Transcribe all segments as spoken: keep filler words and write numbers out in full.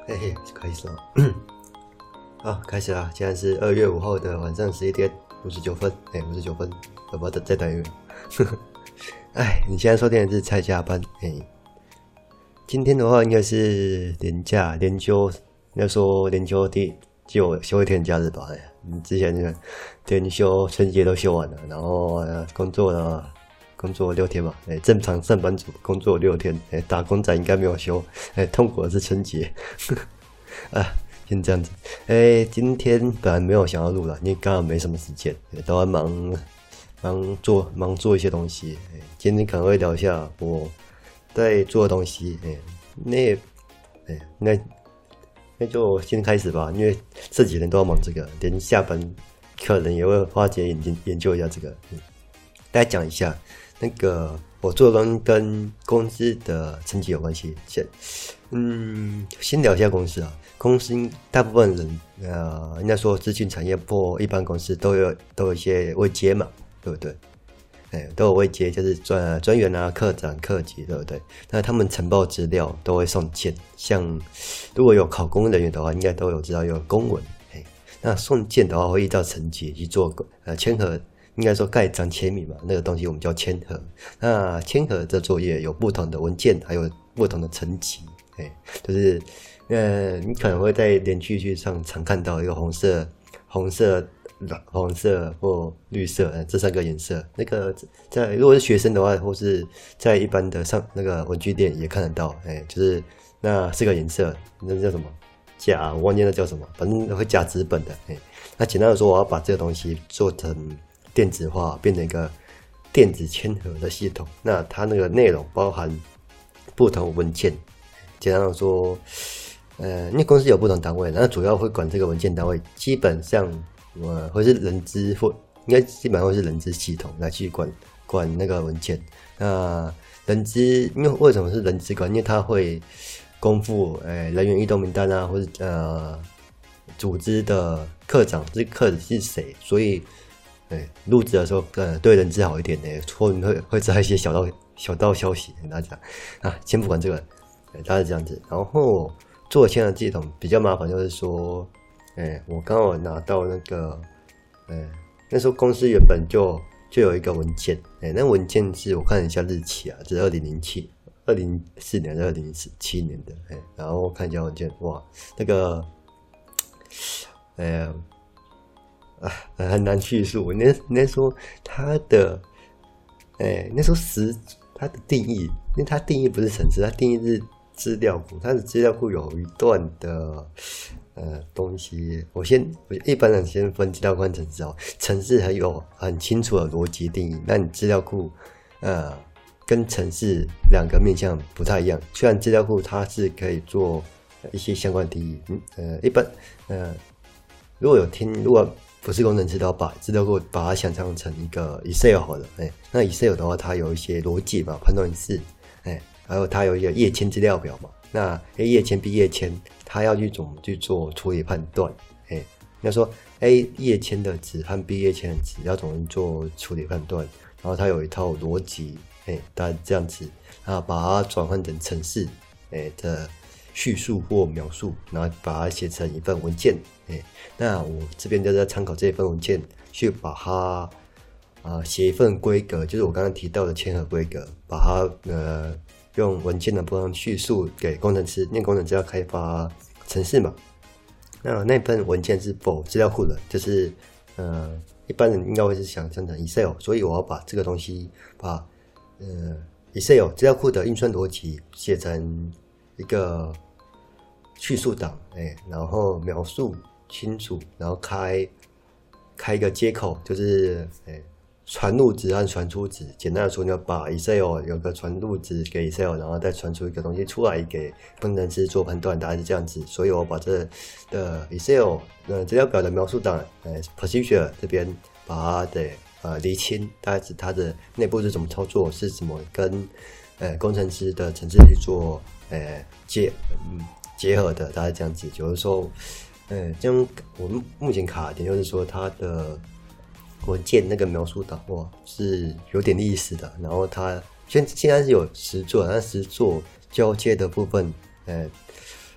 嘿嘿，开始了。好，开始啦！现在是二月五号的晚上十一点五十九分，哎、欸，五十九分，要不要再等一个？哎，你现在收听的是蔡加班，哎、欸，今天的话应该是连假连休，要说连休第就休一天假日吧？哎，你之前那个连休春节都休完了，然后、呃、工作了。工作六天嘛，哎，正常上班族工作六天，哎，打工仔应该没有休，哎，痛苦的是春节，啊，先这样子，哎，今天本来没有想要录了，因为刚好没什么时间，都在忙忙做忙做一些东西，哎，今天可能会聊一下我在做的东西，哎，那，哎，那那就先开始吧，因为这几天都要忙这个，连下班可能也会花钱研研究一下这个，嗯，大家讲一下。那个我做的东西跟公司的成绩有关系，先嗯先聊一下公司啊。公司大部分人呃应该说资讯产业或一般公司都有都有一些位阶嘛，对不对？哎，都有位阶，就是专专员啊、科长、科级，对不对？那他们呈报资料都会送件，像如果有考公人员的话，应该都有知道有公文。哎，那送件的话会依照层级去做呃签核。应该说盖章签名嘛，那个东西我们叫签核。那签核这作业有不同的文件，还有不同的层级，哎，就是呃，你可能会在连续剧上常看到一个红色、红色、红色或绿色，呃，这三个颜色。那个在如果是学生的话，或是在一般的上那个文具店也看得到，哎，就是那四个颜色，那叫什么？夹，我忘记那叫什么，反正会夹纸本的，哎。那简单的说，我要把这个东西做成电子化，变成一个电子签核的系统。那它那个内容包含不同文件，简单的说，呃，因为公司有不同单位，那主要会管这个文件单位，基本上呃会是人资或应该基本上会是人资系统来去管管那个文件。那人资因为为什么是人资管？因为它会公布呃人员异动名单啊，或者呃组织的科长这科长是谁，所以。对，入职的时候，呃，对人资好一点呢，或者会会知道一些小道小道消息跟大家讲啊，先不管这个，大概是这样子。然后做签的系统比较麻烦，就是说，哎，我刚好拿到那个，呃，那时候公司原本就就有一个文件，哎，那文件是我看一下日期啊，是二零零七、二零零四年、二零零七年的，哎，然后看一下文件，哇，那个，哎。啊，很难叙述。那那说它的，哎，那说实它的定义，因为它定义不是程式，它定义是资料库。它的资料库有一段的呃东西，我先我一般人先分资料库和程式哦。程式很有很清楚的逻辑定义，那你资料库呃跟程式两个面向不太一样。虽然资料库它是可以做一些相关定义，嗯呃一般呃如果有听如果。不是工程师都要把资料库把它想象成一个 Excel 好了，哎，那 Excel 的话，它有一些逻辑嘛，判断式，哎，还有它有一个页签资料表嘛，那 A 页签 B 页签，它要去怎么去做处理判断，哎，那说 A 页签的值和 B 页签的值要怎么做处理判断，然后它有一套逻辑，哎，大概这样子，啊，把它转换成程式，哎的叙述或描述，然后把它写成一份文件。欸、那我这边就在参考这一份文件，去把它啊写一份规格，就是我刚刚提到的签核规格，把它呃用文件的部分叙述给工程师，因为工程师要开发程式嘛。那那份文件是否资料库的，就是呃一般人应该会是想象成 Excel， 所以我要把这个东西把呃 Excel 资料库的运算逻辑写成一个叙述档，哎，然后描述。清楚，然后开开一个接口，就是诶传入值和传出值。简单的说，你要把 Excel 有个传入值给 Excel， 然后再传出一个东西出来给工程师做判断，大概是这样子。所以我把这的 Excel 呃资料表的描述档，呃 procedure 这边把它的呃厘清，大概是它的内部是怎么操作，是怎么跟呃工程师的程式去做呃结嗯结合的，大概这样子。就是说。嗯，这样我们目前卡的点就是说，它的文件那个描述档哇是有点意思的。然后它现现在是有实作，但实作交接的部分，呃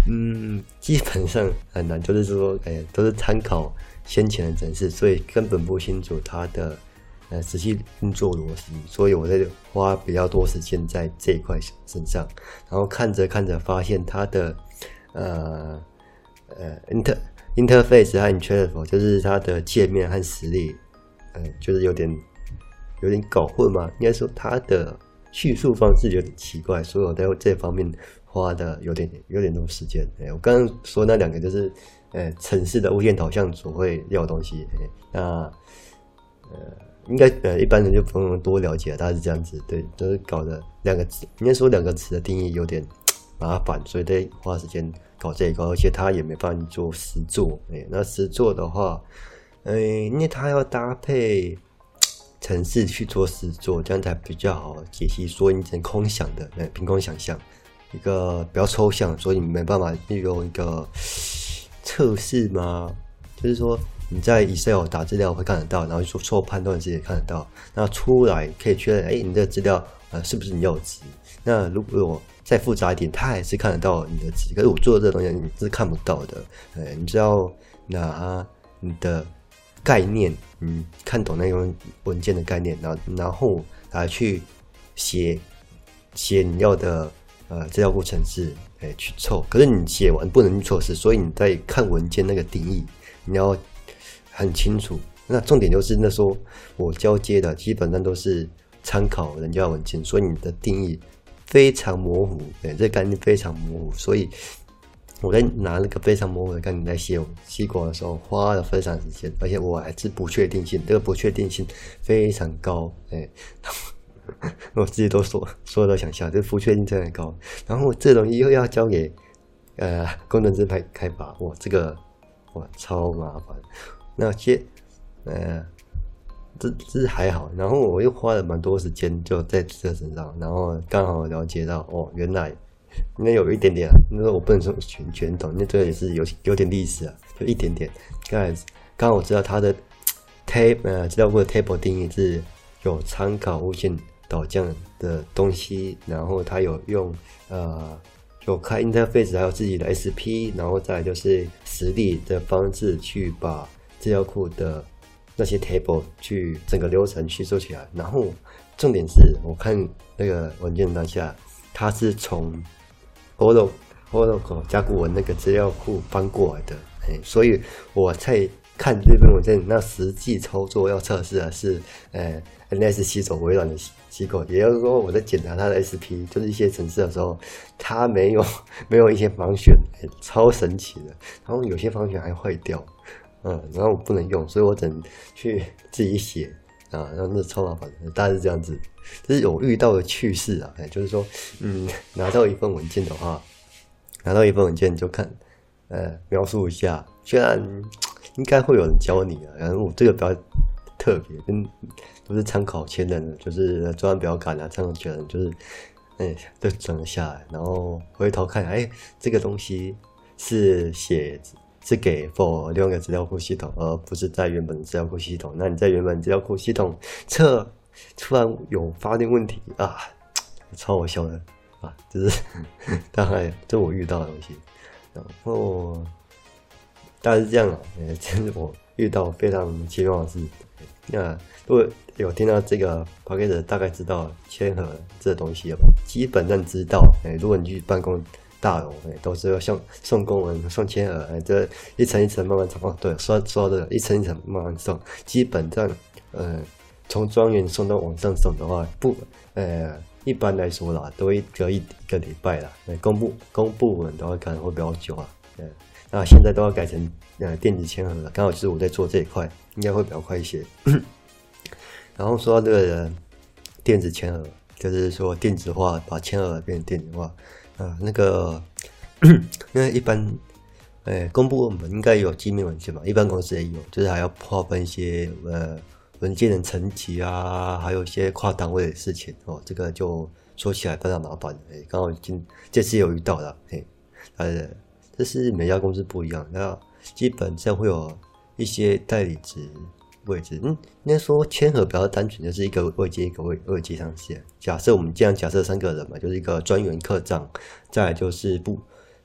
嗯，基本上很难，就是说，哎，都是参考先前的程式，所以根本不清楚它的呃实际运作逻辑，所以我在花比较多时间在这一块身上，然后看着看着发现它的呃呃 inter interface 和 interface 就是它的界面和实例，呃，就是有点有点搞混嘛，应该说它的叙述方式有点奇怪，所以我在这方面花的有点有点多时间。欸、我刚刚说那两个就是，呃，城市的物件导向所会要的东西。欸、那呃，应该呃一般人就不用多了解了，大概是这样子。对，就是搞的两个词，应该说两个词的定义有点麻烦，所以得花时间搞这一块，而且它也没办法做实作。欸、那实作的话，呃、欸，因为它要搭配程式去做实作，这样才比较好解析说你成空想的，呃，凭空想象，一个比较抽象，所以你没办法利用一个测试吗？就是说你在 Excel 打资料会看得到，然后做做判断时也看得到，那出来可以确认，哎、欸，你这个资料呃是不是你要的值？那如果再复杂一点，它还是看得到你的值，可是我做的这个东西你是看不到的，呃，你只要拿你的概念，嗯，看懂那种文件的概念，然后然后来去写写你要的呃资料库程式，哎、欸、去凑。可是你写完不能去测试，所以你在看文件那个定义，你要很清楚。那重点就是那时候我交接的基本上都是参考人家的文件，所以你的定义非常模糊，哎、欸，这个概念非常模糊，所以我在拿那个非常模糊的概念来写西瓜的时候，花了非常时间，而且我还是不确定性，这个不确定性非常高，哎、欸，我自己都说说都想笑，这不确定真的高。然后这东西又要交给呃工程师开开发，哇，这个哇超麻烦。那些呃这这还好，然后我又花了蛮多时间就在这身上，然后刚好了解到哦，原来。因为有一点点啊，因为我不能说全全懂，因为这个也是有有点历史啊，就一点点。刚才刚好我知道它的 table 呃资料库的 table 定义是有参考物件导向的东西，然后它有用呃有开 interface 还有自己的 S P， 然后再来就是实例的方式去把资料库的那些 table 去整个流程叙述起来。然后重点是我看那个文件当下，它是从Oracle Oracle 甲骨文那个资料库翻过来的，欸、所以我在看这篇文件，那实际操作要测试的是呃 N S 吸走微软的机构，也就是说我在检查它的 S P， 就是一些程式的时候，它没有没有一些方选，欸，超神奇的，然后有些方选还坏掉，嗯，然后我不能用，所以我只能去自己写。啊，然后那超麻烦的，大概是这样子。这是我遇到的趣事啊，欸、就是说，嗯，拿到一份文件的话，拿到一份文件就看，呃，描述一下，虽然应该会有人教你啊，然后我这个比较特别，跟都是参考前人的，就是专案表感啊，参考前人就是，哎、欸，都整了下来，然后回头看，哎、欸，这个东西是写。是给 for 另外一个资料库系统，而不是在原本的资料库系统。那你在原本资料库系统测，突然有发现问题啊，超好笑的啊！就是大概这我遇到的东西，然后大概是这样啊。呃，这是我遇到非常奇妙的事。那如果有听到这个 podcast 大概知道签合这东西了吧？基本上知道。哎，如果你去办公。大楼哎，都是要送送公文、送签额，哎，这一层一层慢慢送。哦，对，说说的一层一层慢慢送，基本上，呃，从庄园送到往上送的话，不，呃，一般来说啦，都会隔一一个礼拜啦。呃，公布公部门的话，可能会比较久啊。呃，那现在都要改成呃电子签合了，刚好就是我在做这一块，应该会比较快一些。然后说到这个电子签合，就是说电子化，把签合变成电子化。啊，那个，那一般，呃，公部门应该有机密文件嘛，一般公司也有，就是还要划分一些呃文件的层级啊，还有一些跨单位的事情哦，这个就说起来非常麻烦。哎，刚好今这次有遇到了，哎，呃，这是每家公司不一样，那基本上会有一些代理值。位置，嗯，应该说签合比较单纯，就是一个位阶一个位位阶上线。假设我们这样假设三个人嘛，就是一个专员、科长，再来就是部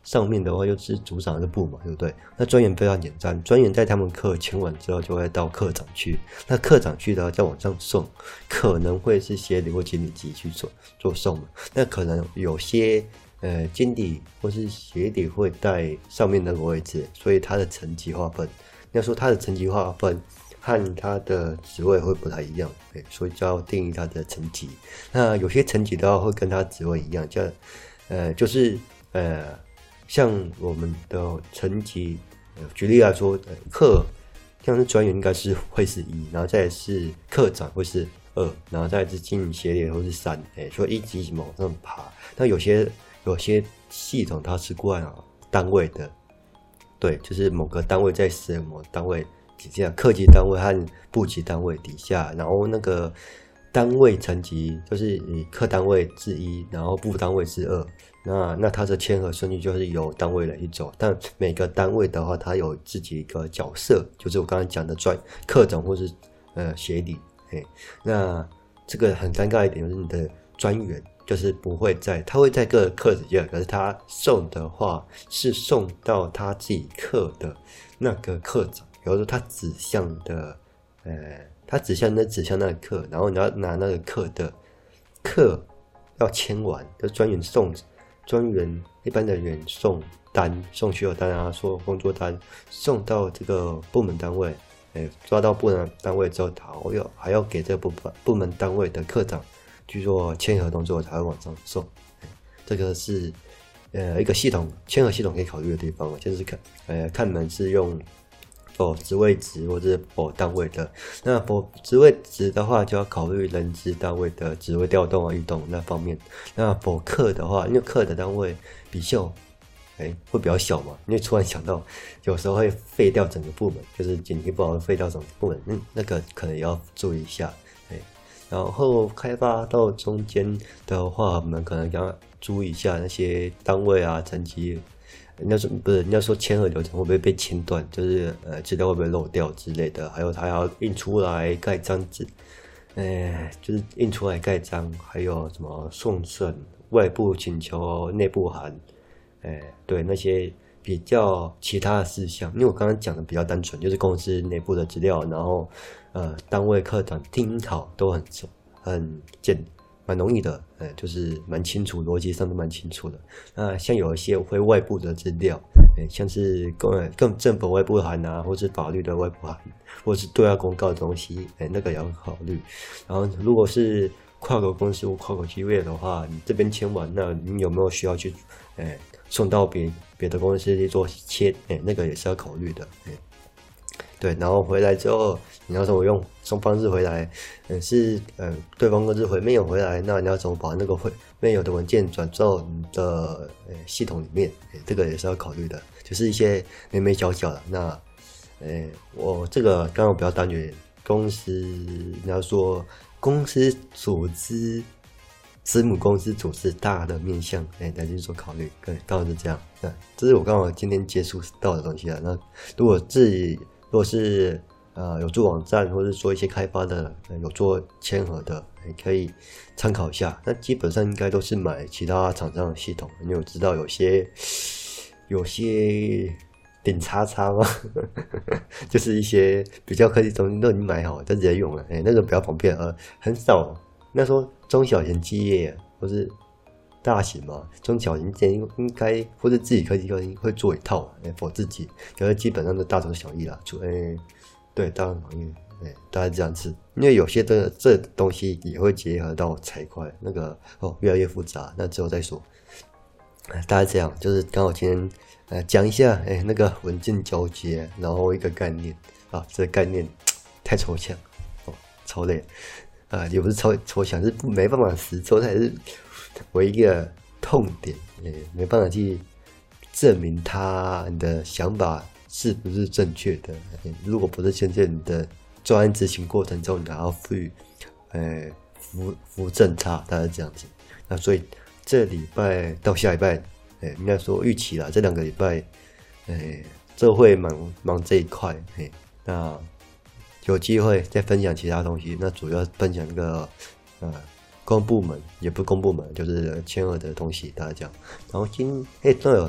上面的话又是组长的部嘛，对不对？那专员非常简单，专员在他们课签完之后就会到科长去，那科长去的话再往上送，可能会是协理或经理级去做做送嘛，那可能有些呃经理或是协理会在上面那个位置，所以他的层级划分，要说他的层级划分和他的职位会不太一样，对，所以就要定义他的层级。那有些层级的话会跟他职位一样，像呃就是呃像我们的层级，呃举例来说，呃课像是专员应该是会是一，然后再来是科长会是二，然后再来是经理协理会是三，哎，所以一级一级往上爬。那有些有些系统它是挂单位的，对，就是某个单位在什么单位底下，课级单位和部级单位底下，然后那个单位层级就是以课单位是一，然后部单位是二，那那它的签合顺序就是由单位来走，但每个单位的话，它有自己一个角色，就是我刚刚讲的专课长或是呃协理，哎，那这个很尴尬一点就是你的专员就是不会在，他会在各个课底下，可是他送的话是送到他自己课的那个课长。比如说他指向的，呃，他指向那指向那个课，然后你要拿那个课的课要签完，就专员送专员一般的人送单送需求单啊，送工作单送到这个部门单位，哎，抓到部门单位之后，还要还要给这个部部门单位的课长去做签合同之后才会往上送，这个是呃一个系统签合系统可以考虑的地方，就是看呃看门是用。否职位值或者是否单位的，那否职位值的话，就要考虑人资单位的职位调动啊、异动那方面。那否课的话，因为课的单位比较，哎，会比较小嘛，因为突然想到，有时候会废掉整个部门，就是紧急不好会废掉整个部门，嗯，那个可能也要注意一下，哎。然后开发到中间的话，我们可能要注意一下那些单位啊、层级。人家说不是，人家说签合流程会不会被签断，就是呃资料会不会漏掉之类的，还有他要印出来盖章纸，呃就是印出来盖章，还有什么送审、外部请求、内部函，呃对那些比较其他的事项，因为我刚刚讲的比较单纯，就是公司内部的资料，然后呃单位课长听好都很很简。蛮容易的，呃，就是蛮清楚，逻辑上都蛮清楚的。那像有一些会外部的资料，呃，像是更更政府外部函啊，或是法律的外部函，或是对外公告的东西，哎，那个也要考虑。然后如果是跨国公司或跨国企业的话，你这边签完，那你有没有需要去，哎，送到别别的公司去做签？哎，那个也是要考虑的，哎。对，然后回来之后，你要说我用送方式回来，嗯，是呃对方公司回没有回来，那你要怎么把那个回没有的文件转到你的呃系统里面？这个也是要考虑的，就是一些眉眉角角的。那呃我这个刚刚比较单纯，公司你要说公司组织，子母公司组织大的面向，哎，来去做考虑，对，刚好是这样。对，这是我刚好今天接触到的东西啊。那如果自己如果是呃有做网站或者做一些开发的，呃、有做签合的，也可以参考一下。那基本上应该都是买其他厂商的系统，因为我知道有些有些顶叉叉嘛，就是一些比较科技东西都已经买好，就直接用了，哎，那个比较方便，呃，很少。那时候中小型企业或是大型嘛，中小型店应该或者自己科技公司会做一套，哎，for自己，可是基本上都大同小异啦。就哎，对，大同小异，哎，大概这样子。因为有些的这东西也会结合到财会，那个哦越来越复杂，那之后再说。大概这样，就是刚好今天呃讲一下，哎，那个文件交接，然后一个概念啊，这个概念太抽象，哦，超累。啊、呃，也不是抽抽象，是没办法实做，它也是我一个痛点，也没办法去证明他你的想法是不是正确的。如果不是正确，你的专案执行过程中，你还要去呃扶扶正差，大概这样子。那所以这礼拜到下礼拜，呃，应该说预期啦，这两个礼拜，呃，这会忙忙这一块，嘿，那。有机会再分享其他东西，那主要分享一个呃公部门，也不是公部门，就是签合的东西，大家讲。然后今哎对了，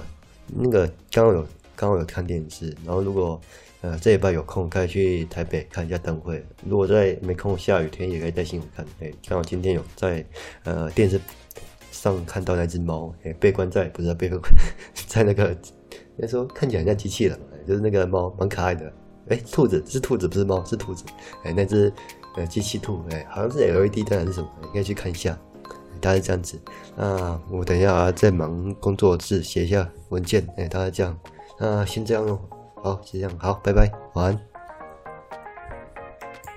那个刚好有刚好有看电视，然后如果呃这礼拜有空，可以去台北看一下灯会。如果在没空下雨天，也可以在新闻看。哎，刚好今天有在呃电视上看到那只猫，哎，被关在不是被关在那个，那时候看起来很像机器人，就是那个猫蛮可爱的。哎，兔子是兔子不是猫是兔子。哎，那只呃机器兔，哎，好像是 L E D 灯还是什么，你可以去看一下。大概是这样子。那我等一下啊再忙工作室写一下文件，哎，大概这样。那先这样咯。好，就这样，好，拜拜，晚安。